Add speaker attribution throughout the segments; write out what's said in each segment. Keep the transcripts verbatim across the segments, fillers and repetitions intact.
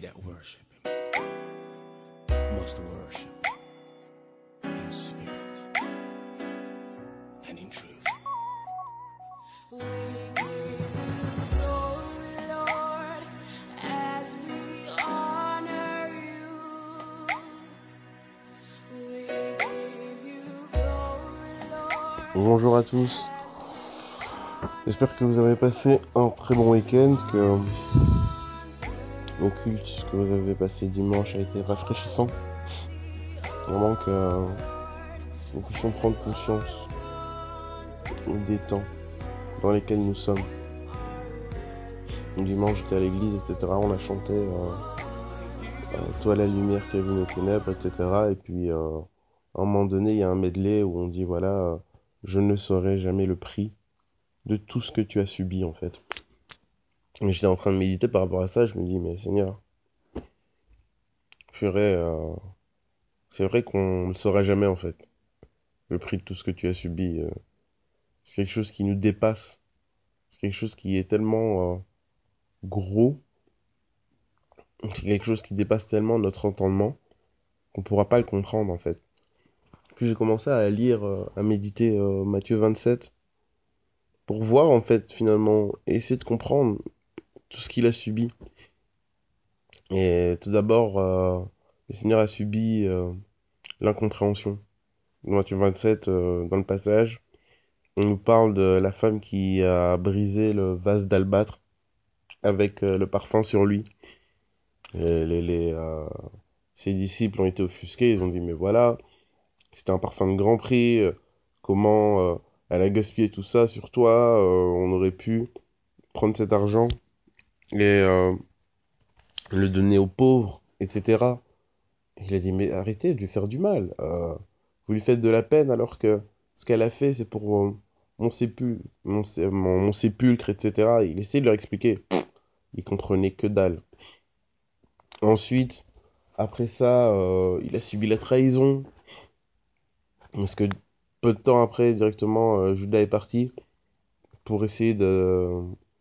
Speaker 1: that worship must worship in spirit and in truth.
Speaker 2: We give you glory, Lord, as we honor you. We give you glory, Lord.
Speaker 3: Bonjour à tous, j'espère que vous avez passé un très bon week-end, que le culte que vous avez passé dimanche a été rafraîchissant. Vraiment que euh, nous puissions prendre conscience des temps dans lesquels nous sommes. Dimanche j'étais à l'église, et cetera. On a chanté euh, euh, Toi la lumière qui a vu nos ténèbres, et cetera. Et puis euh, à un moment donné il y a un medley où on dit voilà, euh, je ne saurai jamais le prix de tout ce que tu as subi en fait. Et j'étais en train de méditer par rapport à ça, je me dis mais Seigneur, purée, euh, c'est vrai qu'on ne saura jamais en fait le prix de tout ce que tu as subi. euh, c'est quelque chose qui nous dépasse, c'est quelque chose qui est tellement euh, gros, c'est quelque chose qui dépasse tellement notre entendement qu'on pourra pas le comprendre en fait. Puis j'ai commencé à lire, euh, à méditer euh, Matthieu vingt-sept pour voir en fait finalement, et essayer de comprendre tout ce qu'il a subi. Et tout d'abord, euh, le Seigneur a subi euh, l'incompréhension. Dans Matthieu vingt-sept, euh, dans le passage, on nous parle de la femme qui a brisé le vase d'albâtre avec euh, le parfum sur lui. Et les, les, euh, ses disciples ont été offusqués, ils ont dit mais voilà, c'était un parfum de grand prix, euh, comment euh, elle a gaspillé tout ça sur toi, euh, on aurait pu prendre cet argent et euh, le donner aux pauvres, et cetera. Et il a dit mais arrêtez de lui faire du mal, euh, vous lui faites de la peine alors que ce qu'elle a fait c'est pour euh, mon, sépul mon, sé- mon, mon sépulcre, et cetera. Il essayait de leur expliquer, ils comprenaient que dalle. Ensuite, après ça, euh, il a subi la trahison. Parce que peu de temps après, directement, euh, Judas est parti pour essayer de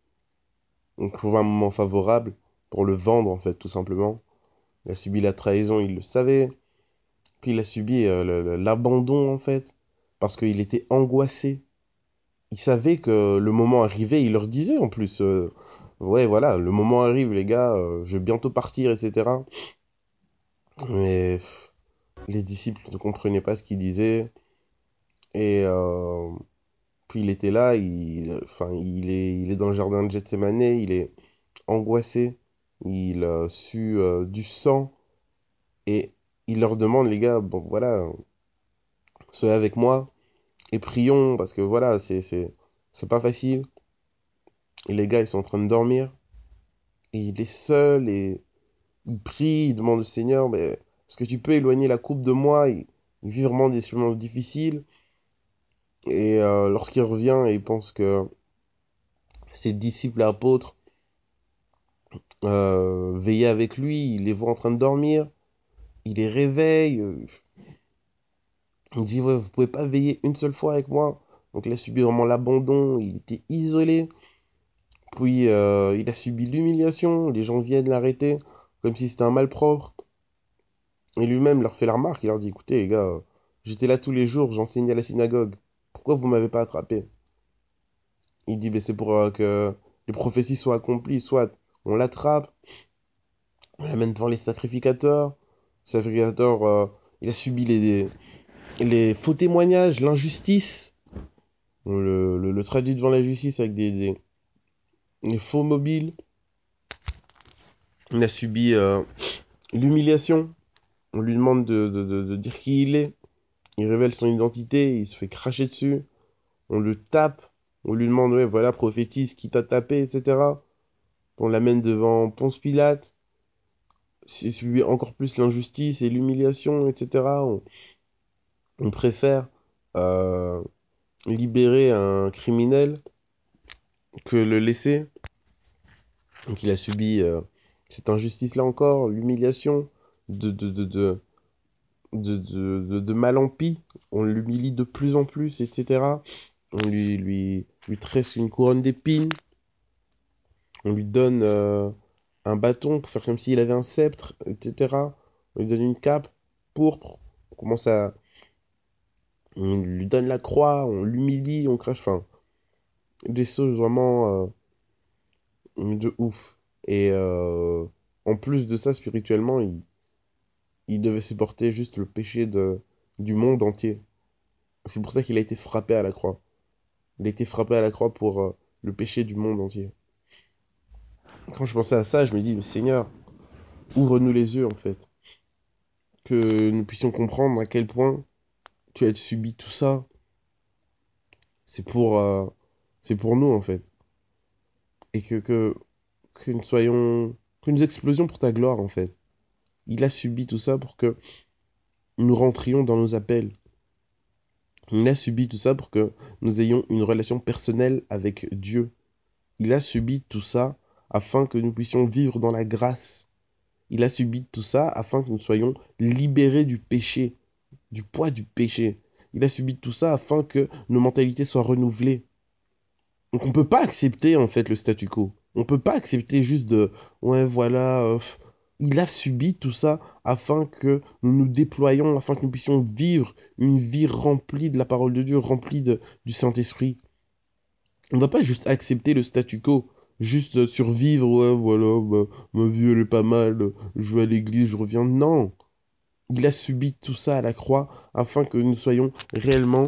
Speaker 3: de trouver un moment favorable pour le vendre, en fait, tout simplement. Il a subi la trahison, il le savait. Puis il a subi euh, le- le- l'abandon, en fait, parce qu'il était angoissé. Il savait que le moment arrivait, il leur disait en plus, euh, ouais, voilà, le moment arrive, les gars, euh, je vais bientôt partir, et cetera. Mais pff, les disciples ne comprenaient pas ce qu'il disait. Et euh, puis il était là, il, enfin, il est, il est dans le jardin de Gethsemane, il est angoissé, il a su euh, du sang et il leur demande, les gars, bon voilà, soyez avec moi et prions parce que voilà, c'est, c'est, c'est pas facile. Et les gars, ils sont en train de dormir et il est seul et il prie, il demande au Seigneur, mais est-ce que tu peux éloigner la coupe de moi? Il, il vit vraiment des moments difficiles et euh, lorsqu'il revient, il pense que ses disciples et apôtres euh, veillaient avec lui, il les voit en train de dormir, il les réveille, euh, il dit ouais, vous pouvez pas veiller une seule fois avec moi. Donc il a subi vraiment l'abandon, il était isolé, puis euh, il a subi l'humiliation, les gens viennent l'arrêter comme si c'était un malpropre, et lui-même leur fait la remarque, il leur dit écoutez les gars, euh, j'étais là tous les jours, j'enseignais à la synagogue, pourquoi vous m'avez pas attrapé? Il dit ben c'est pour euh, que les prophéties soient accomplies, soit on l'attrape, on l'amène devant les sacrificateurs, le sacrificateur euh, il a subi les, les faux témoignages, l'injustice. On le, le, le traduit devant la justice avec des, des, des faux mobiles. Il a subi euh, l'humiliation. On lui demande de, de, de, de dire qui il est. Il révèle son identité, il se fait cracher dessus. On le tape. On lui demande, ouais, voilà, prophétise qui t'a tapé, et cetera. On l'amène devant Ponce Pilate. C'est subi encore plus l'injustice et l'humiliation, et cetera. On, on préfère euh, libérer un criminel que le laisser. Donc il a subi euh, cette injustice-là encore, l'humiliation de, de, de, de, de, de, de, de mal en pis. On l'humilie de plus en plus, et cetera. On lui, lui, lui tresse une couronne d'épines. On lui donne euh, un bâton pour faire comme s'il avait un sceptre, et cetera. On lui donne une cape pourpre. On commence à... On lui donne la croix, on l'humilie, on crache. Enfin, des choses vraiment euh, de ouf. Et euh, en plus de ça, spirituellement, il, il devait supporter juste le péché de, du monde entier. C'est pour ça qu'il a été frappé à la croix. Il a été frappé à la croix pour euh, le péché du monde entier. Quand je pensais à ça, je me dis, mais Seigneur, ouvre-nous les yeux, en fait. Que nous puissions comprendre à quel point tu as subi tout ça. C'est pour, euh, c'est pour nous, en fait. Et que, que, que nous soyons, que nous explosions pour ta gloire, en fait. Il a subi tout ça pour que nous rentrions dans nos appels. Il a subi tout ça pour que nous ayons une relation personnelle avec Dieu. Il a subi tout ça afin que nous puissions vivre dans la grâce. Il a subi tout ça afin que nous soyons libérés du péché, du poids du péché. Il a subi tout ça afin que nos mentalités soient renouvelées. Donc on peut pas accepter en fait le statu quo. On peut pas accepter juste de ouais voilà euh, il a subi tout ça afin que nous nous déployions, afin que nous puissions vivre une vie remplie de la parole de Dieu, remplie de, du Saint-Esprit. On va pas juste accepter le statu quo, juste survivre, ouais voilà, ma, ma vie elle est pas mal, je vais à l'église, je reviens. Non, il a subi tout ça à la croix afin que nous soyons réellement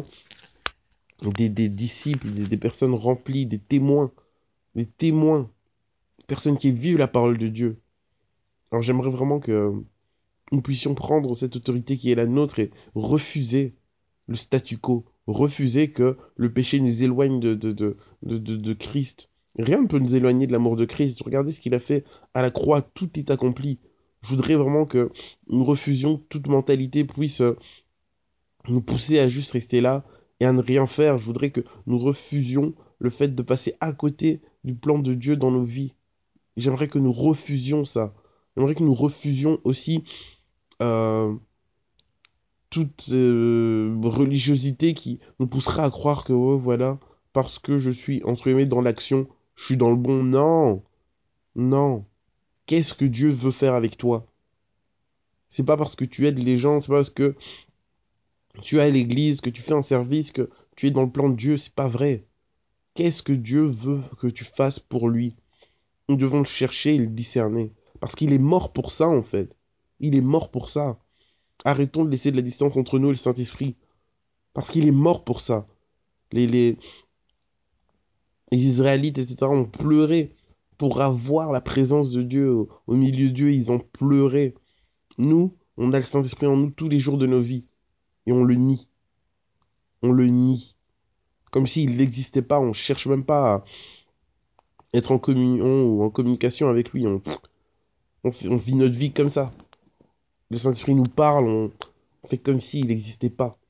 Speaker 3: des, des disciples, des, des personnes remplies, des témoins, des témoins, personnes qui vivent la parole de Dieu. Alors j'aimerais vraiment que nous puissions prendre cette autorité qui est la nôtre et refuser le statu quo, refuser que le péché nous éloigne de, de, de, de, de, de Christ. Rien ne peut nous éloigner de l'amour de Christ. Regardez ce qu'il a fait à la croix, tout est accompli. Je voudrais vraiment que nous refusions toute mentalité puisse nous pousser à juste rester là et à ne rien faire. Je voudrais que nous refusions le fait de passer à côté du plan de Dieu dans nos vies. J'aimerais que nous refusions ça. J'aimerais que nous refusions aussi euh, toute euh, religiosité qui nous poussera à croire que ouais, voilà, parce que je suis entre guillemets dans l'action, je suis dans le bon. Non, non. Qu'est-ce que Dieu veut faire avec toi? C'est pas parce que tu aides les gens, c'est pas parce que tu es à l'église, que tu fais un service, que tu es dans le plan de Dieu, c'est pas vrai. Qu'est-ce que Dieu veut que tu fasses pour lui? Nous devons le chercher et le discerner. Parce qu'il est mort pour ça, en fait. Il est mort pour ça. Arrêtons de laisser de la distance entre nous et le Saint-Esprit. Parce qu'il est mort pour ça. Les, les, les Israélites, et cetera, ont pleuré pour avoir la présence de Dieu au, au milieu d'eux. Ils ont pleuré. Nous, on a le Saint-Esprit en nous tous les jours de nos vies. Et on le nie. On le nie. Comme s'il n'existait pas. On cherche même pas à être en communion ou en communication avec lui. On, on, fait- on vit notre vie comme ça. Le Saint-Esprit nous parle, on fait comme s'il n'existait pas.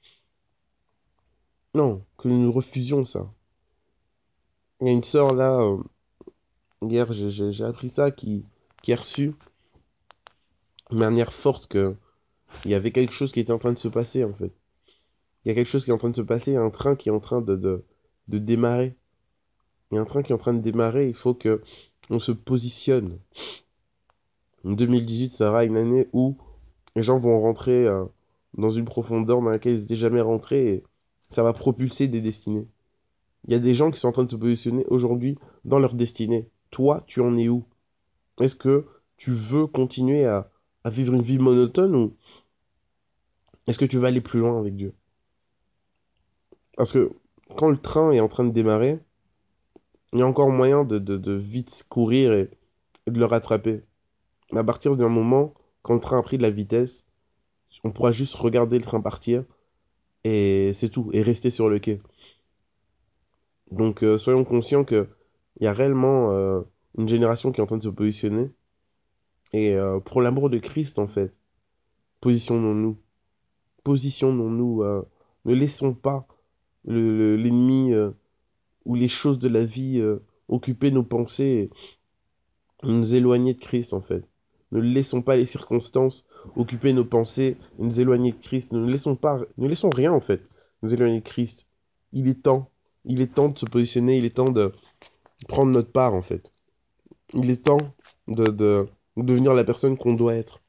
Speaker 3: Non, que nous refusions ça. Il y a une sœur là, euh, hier j'ai j'ai- j'ai appris ça, qui, qui a reçu de manière forte que il y avait quelque chose qui était en train de se passer en fait. Il y a quelque chose qui est en train de se passer, il y a un train qui est en train de, de, de démarrer. Il y a un train qui est en train de démarrer, il faut que on se positionne. En deux mille dix-huit sera une année où les gens vont rentrer euh, dans une profondeur dans laquelle ils n'étaient jamais rentrés et ça va propulser des destinées. Il y a des gens qui sont en train de se positionner aujourd'hui dans leur destinée. Toi, tu en es où? Est-ce que tu veux continuer à, à vivre une vie monotone ou est-ce que tu vas aller plus loin avec Dieu? Parce que quand le train est en train de démarrer, il y a encore moyen de, de, de vite courir et, et de le rattraper. Mais à partir d'un moment, quand le train a pris de la vitesse, on pourra juste regarder le train partir et c'est tout, et rester sur le quai. Donc euh, soyons conscients que il y a réellement euh, une génération qui est en train de se positionner. Et euh, pour l'amour de Christ, en fait, positionnons-nous. Positionnons-nous. Euh, ne laissons pas le- le- l'ennemi euh, ou les choses de la vie euh, occuper nos pensées et nous éloigner de Christ, en fait. Ne laissons pas les circonstances occuper nos pensées et nous éloigner de Christ. Ne laissons pas, ne laissons rien, en fait, nous éloigner de Christ. Il est temps. Il est temps de se positionner. Il est temps de prendre notre part, en fait. Il est temps de, de devenir la personne qu'on doit être.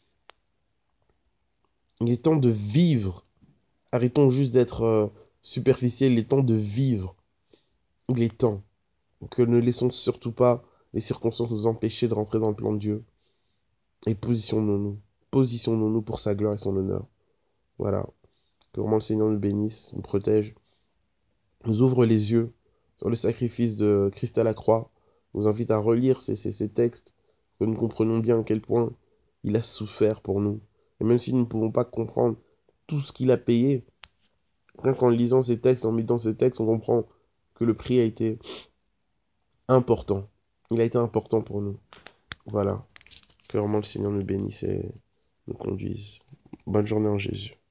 Speaker 3: Il est temps de vivre. Arrêtons juste d'être euh, superficiel, il est temps de vivre. Il est temps. Donc euh, ne laissons surtout pas les circonstances nous empêcher de rentrer dans le plan de Dieu. Et positionnons-nous. Positionnons-nous pour sa gloire et son honneur. Voilà. Que vraiment le Seigneur nous bénisse, nous protège, nous ouvre les yeux sur le sacrifice de Christ à la croix, nous invite à relire ces, ces, ces textes, que nous comprenions bien à quel point il a souffert pour nous. Et même si nous ne pouvons pas comprendre tout ce qu'il a payé, rien qu'en lisant ces textes, en méditant ces textes, on comprend que le prix a été important. Il a été important pour nous. Voilà. Que vraiment le Seigneur nous bénisse et nous conduise. Bonne journée en Jésus.